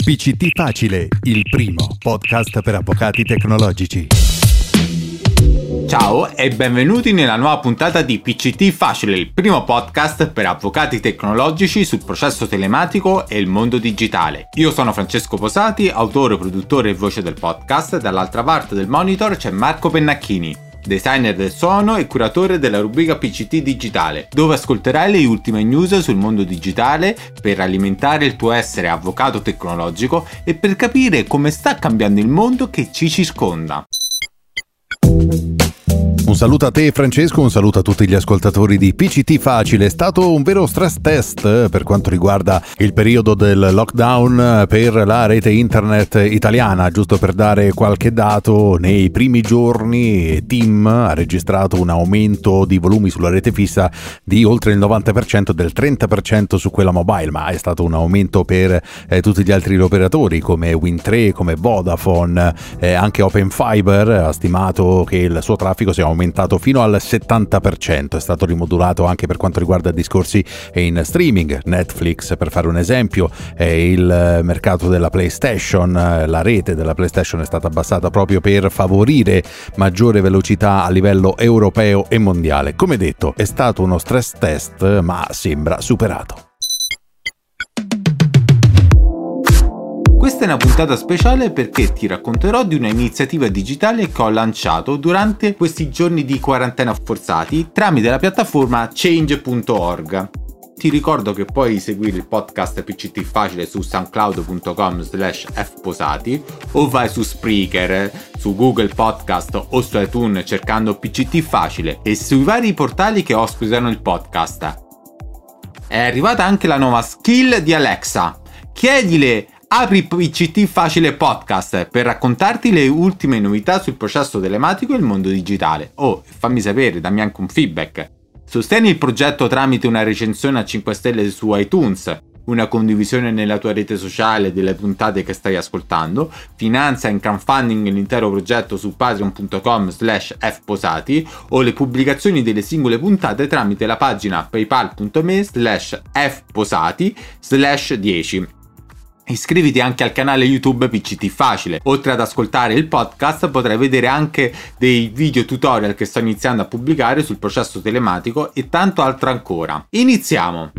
PCT Facile, il primo podcast per avvocati tecnologici. Ciao e benvenuti nella nuova puntata di PCT Facile, il primo podcast per avvocati tecnologici sul processo telematico e il mondo digitale. Io sono Francesco Posati, autore, produttore e voce del podcast. Dall'altra parte del monitor c'è Marco Pennacchini, designer del suono e curatore della rubrica PCT Digitale, dove ascolterai le ultime news sul mondo digitale per alimentare il tuo essere avvocato tecnologico e per capire come sta cambiando il mondo che ci circonda. Un saluto a te Francesco, un saluto a tutti gli ascoltatori di PCT Facile. È stato un vero stress test per quanto riguarda il periodo del lockdown per la rete internet italiana. Giusto per dare qualche dato, nei primi giorni TIM ha registrato un aumento di volumi sulla rete fissa di oltre il 90%, del 30% su quella mobile, ma è stato un aumento per tutti gli altri operatori come Wind3, come Vodafone, anche Open Fiber ha stimato che il suo traffico sia aumentato fino al 70%, è stato rimodulato anche per quanto riguarda discorsi in streaming. Netflix, per fare un esempio, il mercato della PlayStation, la rete della PlayStation è stata abbassata proprio per favorire maggiore velocità a livello europeo e mondiale. Come detto, è stato uno stress test, ma sembra superato. Questa è una puntata speciale perché ti racconterò di una iniziativa digitale che ho lanciato durante questi giorni di quarantena forzati tramite la piattaforma change.org. Ti ricordo che puoi seguire il podcast PCT Facile su soundcloud.com/fposati o vai su Spreaker, su Google Podcast o su iTunes cercando PCT Facile e sui vari portali che ospitano il podcast. È arrivata anche la nuova skill di Alexa. Chiedile: apri PCT Facile Podcast per raccontarti le ultime novità sul processo telematico e il mondo digitale. Oh, fammi sapere, dammi anche un feedback. Sostieni il progetto tramite una recensione a 5 stelle su iTunes, una condivisione nella tua rete sociale delle puntate che stai ascoltando, finanzia in crowdfunding l'intero progetto su patreon.com/fposati o le pubblicazioni delle singole puntate tramite la pagina paypal.me/fposati/10. Iscriviti anche al canale YouTube PCT Facile. Oltre ad ascoltare il podcast potrai vedere anche dei video tutorial che sto iniziando a pubblicare sul processo telematico e tanto altro ancora. Iniziamo!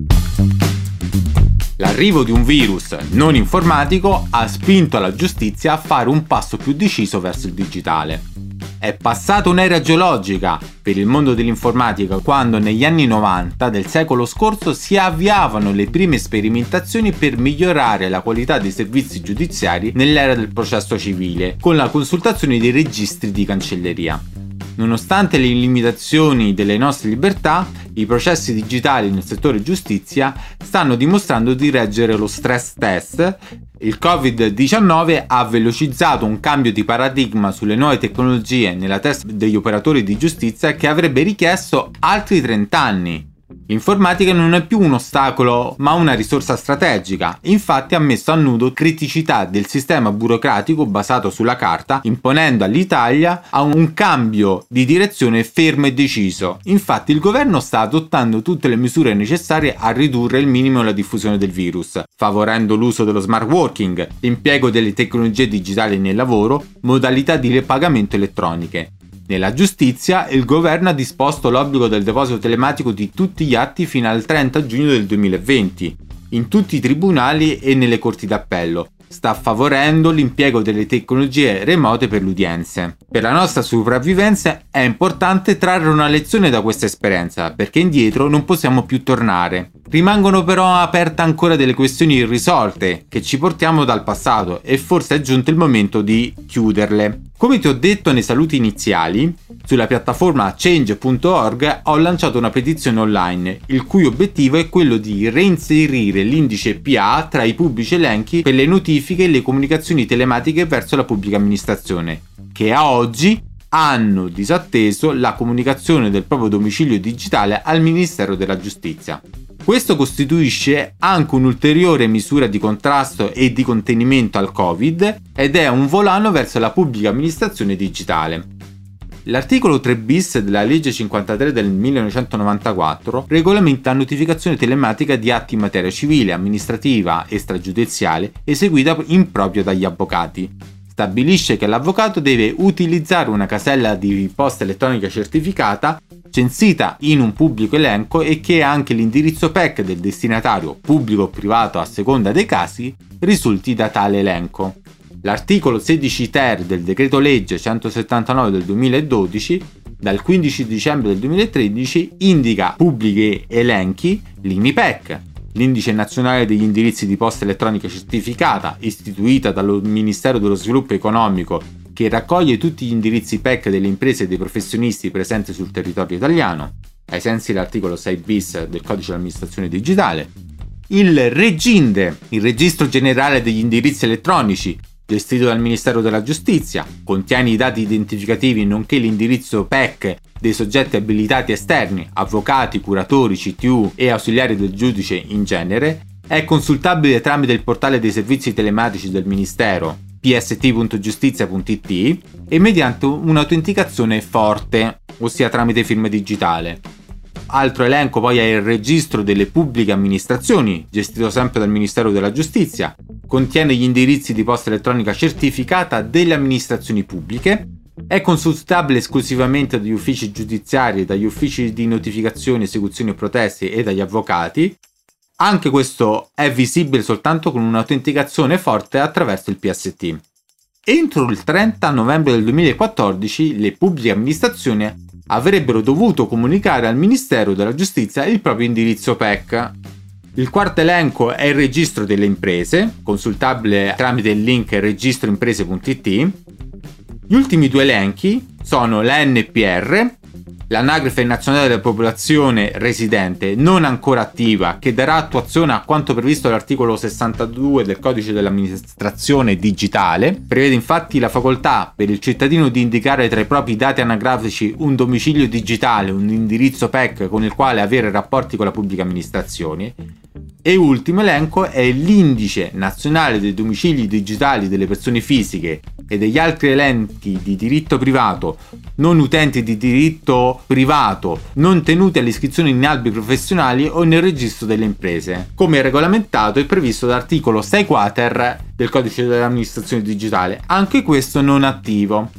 L'arrivo di un virus non informatico ha spinto la giustizia a fare un passo più deciso verso il digitale. È passata un'era geologica per il mondo dell'informatica quando negli anni 90 del secolo scorso si avviavano le prime sperimentazioni per migliorare la qualità dei servizi giudiziari nell'era del processo civile con la consultazione dei registri di cancelleria. Nonostante le limitazioni delle nostre libertà, i processi digitali nel settore giustizia stanno dimostrando di reggere lo stress test. Il Covid-19 ha velocizzato un cambio di paradigma sulle nuove tecnologie nella testa degli operatori di giustizia che avrebbe richiesto altri 30 anni. L'informatica non è più un ostacolo, ma una risorsa strategica. Infatti ha messo a nudo criticità del sistema burocratico basato sulla carta, imponendo all'Italia a un cambio di direzione fermo e deciso. Infatti il governo sta adottando tutte le misure necessarie a ridurre il minimo la diffusione del virus, favorendo l'uso dello smart working, l'impiego delle tecnologie digitali nel lavoro, modalità di pagamento elettroniche. Nella giustizia, il governo ha disposto l'obbligo del deposito telematico di tutti gli atti fino al 30 giugno del 2020, in tutti i tribunali e nelle corti d'appello. Sta favorendo l'impiego delle tecnologie remote per le udienze. Per la nostra sopravvivenza è importante trarre una lezione da questa esperienza, perché indietro non possiamo più tornare. Rimangono però aperte ancora delle questioni irrisolte che ci portiamo dal passato e forse è giunto il momento di chiuderle. Come ti ho detto nei saluti iniziali, sulla piattaforma change.org ho lanciato una petizione online, il cui obiettivo è quello di reinserire l'indice PA tra i pubblici elenchi per le notifiche e le comunicazioni telematiche verso la pubblica amministrazione, che a oggi hanno disatteso la comunicazione del proprio domicilio digitale al Ministero della Giustizia. Questo costituisce anche un'ulteriore misura di contrasto e di contenimento al Covid ed è un volano verso la pubblica amministrazione digitale. L'articolo 3 bis della legge 53 del 1994 regolamenta la notificazione telematica di atti in materia civile, amministrativa e stragiudiziale eseguita in proprio dagli avvocati. Stabilisce che l'avvocato deve utilizzare una casella di posta elettronica certificata censita in un pubblico elenco e che anche l'indirizzo PEC del destinatario, pubblico o privato a seconda dei casi, risulti da tale elenco. L'articolo 16 ter del decreto legge 179 del 2012, dal 15 dicembre del 2013, indica pubblici elenchi l'INIPEC, l'indice nazionale degli indirizzi di posta elettronica certificata, istituita dal Ministero dello Sviluppo Economico, che raccoglie tutti gli indirizzi PEC delle imprese e dei professionisti presenti sul territorio italiano, ai sensi dell'articolo 6 bis del Codice dell'amministrazione digitale. Il REGINDE, il Registro Generale degli Indirizzi Elettronici, gestito dal Ministero della Giustizia, contiene i dati identificativi nonché l'indirizzo PEC dei soggetti abilitati esterni, avvocati, curatori, CTU e ausiliari del giudice in genere, è consultabile tramite il portale dei servizi telematici del Ministero, pst.giustizia.it, e mediante un'autenticazione forte, ossia tramite firma digitale. Altro elenco poi è il registro delle pubbliche amministrazioni, gestito sempre dal Ministero della Giustizia, contiene gli indirizzi di posta elettronica certificata delle amministrazioni pubbliche, è consultabile esclusivamente dagli uffici giudiziari, dagli uffici di notificazione, esecuzioni e proteste e dagli avvocati. Anche questo è visibile soltanto con un'autenticazione forte attraverso il PST. Entro il 30 novembre del 2014 le pubbliche amministrazioni avrebbero dovuto comunicare al Ministero della Giustizia il proprio indirizzo PEC. Il quarto elenco è il registro delle imprese, consultabile tramite il link registroimprese.it. Gli ultimi due elenchi sono l'ANPR, l'Anagrafe Nazionale della Popolazione Residente non ancora attiva, che darà attuazione a quanto previsto dall'articolo 62 del Codice dell'amministrazione digitale. Prevede infatti la facoltà per il cittadino di indicare tra i propri dati anagrafici un domicilio digitale, un indirizzo PEC con il quale avere rapporti con la pubblica amministrazione. E ultimo elenco è l'indice nazionale dei domicili digitali delle persone fisiche e degli altri elenchi di diritto privato, non utenti di diritto privato, non tenuti all'iscrizione in albi professionali o nel registro delle imprese, come regolamentato e previsto dall'articolo 6 quater del Codice dell'amministrazione digitale, anche questo non attivo.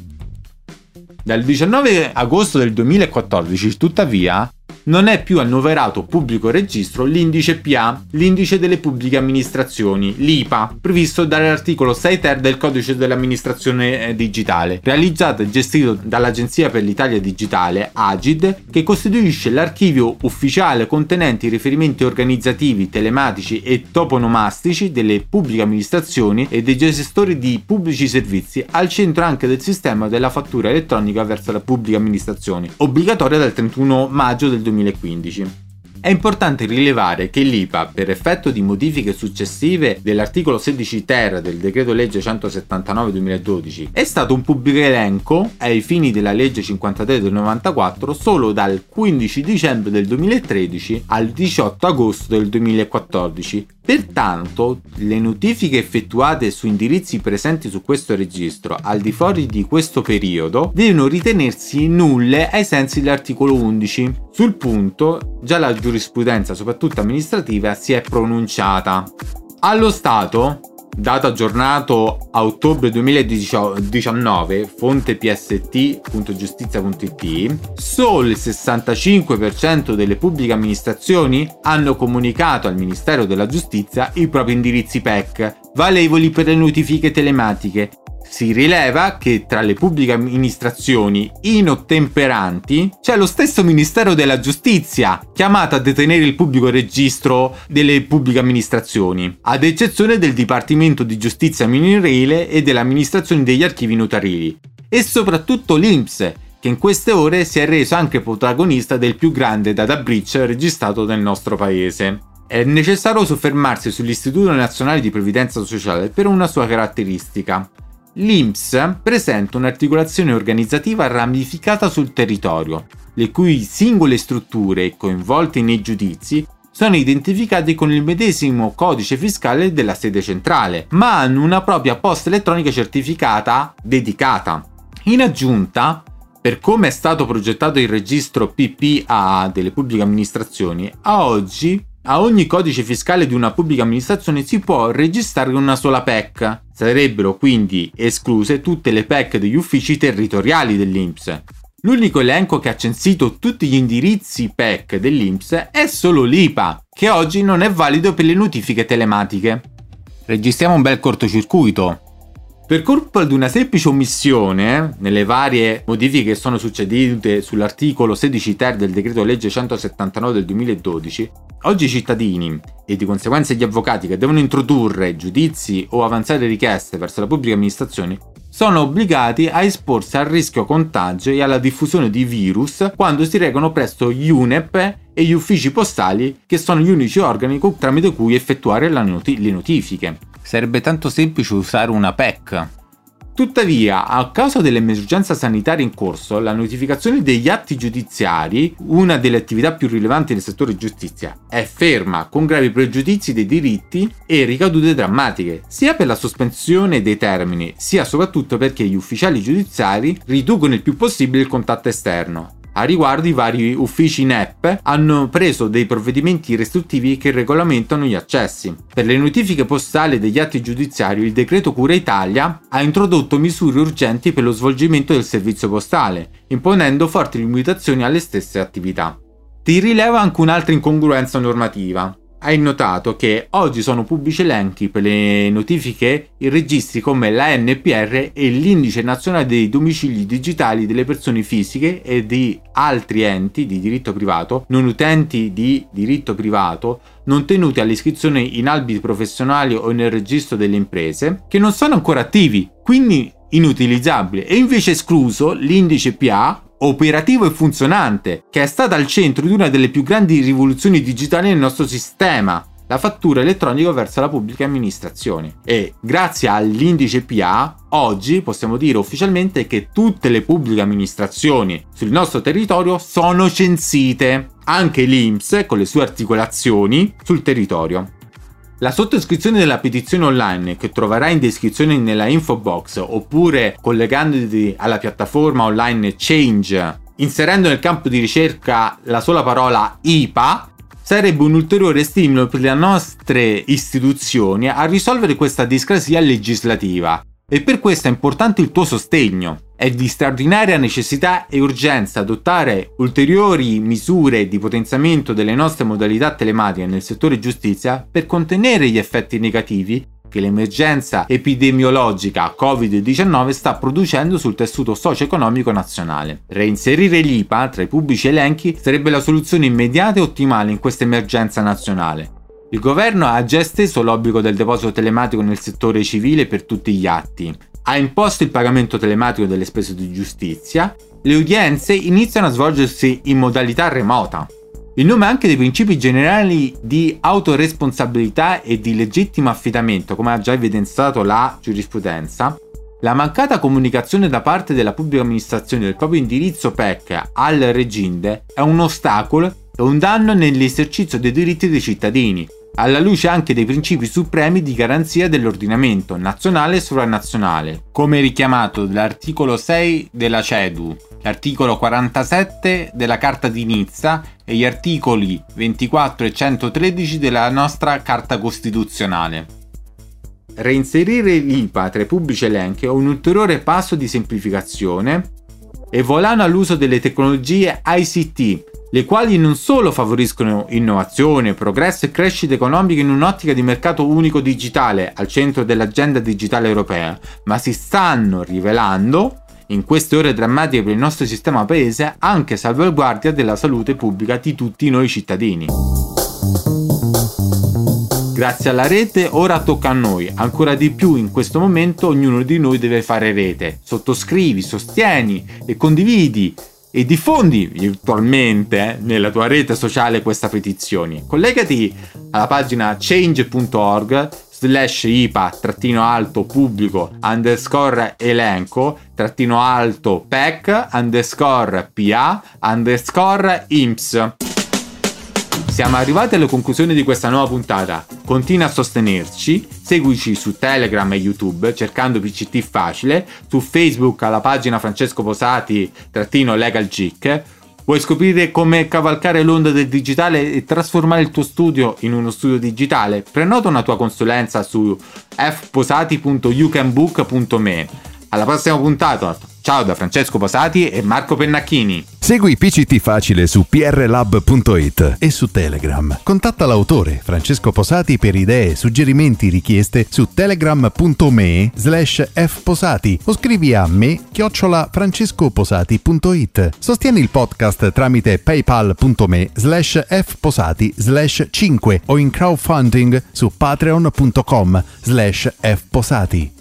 Dal 19 agosto del 2014, tuttavia, non è più annoverato pubblico registro l'indice PA, l'indice delle pubbliche amministrazioni, l'IPA, previsto dall'articolo 6 ter del Codice dell'amministrazione digitale, realizzato e gestito dall'Agenzia per l'Italia Digitale, AGID, che costituisce l'archivio ufficiale contenente i riferimenti organizzativi, telematici e toponomastici delle pubbliche amministrazioni e dei gestori di pubblici servizi, al centro anche del sistema della fattura elettronica verso la pubblica amministrazione, obbligatoria dal 31 maggio del 2015. È importante rilevare che l'IPA, per effetto di modifiche successive dell'articolo 16 ter del decreto legge 179/2012, è stato un pubblico elenco ai fini della legge 53 del 94 solo dal 15 dicembre del 2013 al 18 agosto del 2014. Pertanto, le notifiche effettuate su indirizzi presenti su questo registro al di fuori di questo periodo devono ritenersi nulle ai sensi dell'articolo 11. Sul punto, già la giurisprudenza, soprattutto amministrativa, si è pronunciata. Allo stato, dato aggiornato a ottobre 2019, fonte pst.giustizia.it, solo il 65% delle pubbliche amministrazioni hanno comunicato al Ministero della Giustizia i propri indirizzi PEC, valevoli per le notifiche telematiche. Si rileva che tra le pubbliche amministrazioni inottemperanti c'è lo stesso Ministero della Giustizia, chiamato a detenere il pubblico registro delle pubbliche amministrazioni, ad eccezione del Dipartimento di Giustizia Minorile e dell'amministrazione degli archivi notarili, e soprattutto l'INPS, che in queste ore si è reso anche protagonista del più grande data breach registrato nel nostro paese. È necessario soffermarsi sull'Istituto Nazionale di Previdenza Sociale per una sua caratteristica. L'INPS presenta un'articolazione organizzativa ramificata sul territorio, le cui singole strutture coinvolte nei giudizi sono identificate con il medesimo codice fiscale della sede centrale, ma hanno una propria posta elettronica certificata dedicata. In aggiunta, Per come è stato progettato il registro PPA delle pubbliche amministrazioni, a oggi a ogni codice fiscale di una pubblica amministrazione si può registrare una sola PEC. Sarebbero quindi escluse tutte le PEC degli uffici territoriali dell'INPS. L'unico elenco che ha censito tutti gli indirizzi PEC dell'INPS è solo l'IPA, che oggi non è valido per le notifiche telematiche. Registriamo un bel cortocircuito. Per colpa di una semplice omissione, nelle varie modifiche che sono succedute sull'articolo 16 ter del decreto legge 179 del 2012, oggi i cittadini e di conseguenza gli avvocati che devono introdurre giudizi o avanzare richieste verso la pubblica amministrazione sono obbligati a esporsi al rischio contagio e alla diffusione di virus quando si recano presso gli UNEP e gli uffici postali, che sono gli unici organi tramite cui effettuare le notifiche. Sarebbe tanto semplice usare una PEC. Tuttavia, a causa dell'emergenza sanitaria in corso, la notificazione degli atti giudiziari, una delle attività più rilevanti nel settore giustizia, è ferma, con gravi pregiudizi dei diritti e ricadute drammatiche, sia per la sospensione dei termini, sia soprattutto perché gli ufficiali giudiziari riducono il più possibile il contatto esterno. A riguardo, i vari uffici NEP hanno preso dei provvedimenti restrittivi che regolamentano gli accessi. Per le notifiche postali degli atti giudiziari, il decreto Cura Italia ha introdotto misure urgenti per lo svolgimento del servizio postale, imponendo forti limitazioni alle stesse attività. Ti rilevo anche un'altra incongruenza normativa. Hai notato che oggi sono pubblici elenchi per le notifiche in registri come l'ANPR e l'indice nazionale dei domicili digitali delle persone fisiche e di altri enti di diritto privato, non utenti di diritto privato, non tenuti all'iscrizione in albi professionali o nel registro delle imprese, che non sono ancora attivi, quindi inutilizzabili, e invece escluso l'indice PA operativo e funzionante, che è stata al centro di una delle più grandi rivoluzioni digitali nel nostro sistema, la fattura elettronica verso la pubblica amministrazione. E grazie all'indice PA, oggi possiamo dire ufficialmente che tutte le pubbliche amministrazioni sul nostro territorio sono censite, anche l'INPS con le sue articolazioni sul territorio. La sottoscrizione della petizione online, che troverai in descrizione nella info box, oppure collegandoti alla piattaforma online Change, inserendo nel campo di ricerca la sola parola IPA, sarebbe un ulteriore stimolo per le nostre istituzioni a risolvere questa discrasia legislativa. E per questo è importante il tuo sostegno. È di straordinaria necessità e urgenza adottare ulteriori misure di potenziamento delle nostre modalità telematiche nel settore giustizia per contenere gli effetti negativi che l'emergenza epidemiologica Covid-19 sta producendo sul tessuto socio-economico nazionale. Reinserire l'IPA tra i pubblici elenchi sarebbe la soluzione immediata e ottimale in questa emergenza nazionale. Il governo ha già esteso l'obbligo del deposito telematico nel settore civile per tutti gli atti, ha imposto il pagamento telematico delle spese di giustizia, le udienze iniziano a svolgersi in modalità remota. In nome anche dei principi generali di autoresponsabilità e di legittimo affidamento, come ha già evidenziato la giurisprudenza, la mancata comunicazione da parte della pubblica amministrazione del proprio indirizzo PEC al reginde è un ostacolo e un danno nell'esercizio dei diritti dei cittadini, alla luce anche dei principi supremi di garanzia dell'ordinamento nazionale e sovranazionale, come richiamato dall'articolo 6 della CEDU, l'articolo 47 della Carta di Nizza e gli articoli 24 e 113 della nostra Carta Costituzionale. Reinserire l'IPA tra i pubblici elenchi è un ulteriore passo di semplificazione e volano all'uso delle tecnologie ICT, le quali non solo favoriscono innovazione, progresso e crescita economica in un'ottica di mercato unico digitale al centro dell'agenda digitale europea, ma si stanno rivelando, in queste ore drammatiche per il nostro sistema paese, anche salvaguardia della salute pubblica di tutti noi cittadini. Grazie alla rete ora tocca a noi, ancora di più in questo momento ognuno di noi deve fare rete. Sottoscrivi, sostieni e condividi e diffondi virtualmente nella tua rete sociale questa petizione. Collegati alla pagina change.org/ipa-pubblico_elenco_PEC_PA_INPS. Siamo arrivati alle conclusioni di questa nuova puntata. Continua a sostenerci, seguici su Telegram e YouTube cercando PCT Facile, su Facebook alla pagina Francesco Posati _LegalGeek. Vuoi scoprire come cavalcare l'onda del digitale e trasformare il tuo studio in uno studio digitale? Prenota una tua consulenza su fposati.youcanbook.me. Alla prossima puntata. Ciao da Francesco Posati e Marco Pennacchini. Segui PCT Facile su prlab.it e su Telegram. Contatta l'autore Francesco Posati per idee, suggerimenti, richieste su telegram.me/fposati o scrivi a me@francescoposati.it. Sostieni il podcast tramite paypal.me/fposati/5 o in crowdfunding su patreon.com/fposati.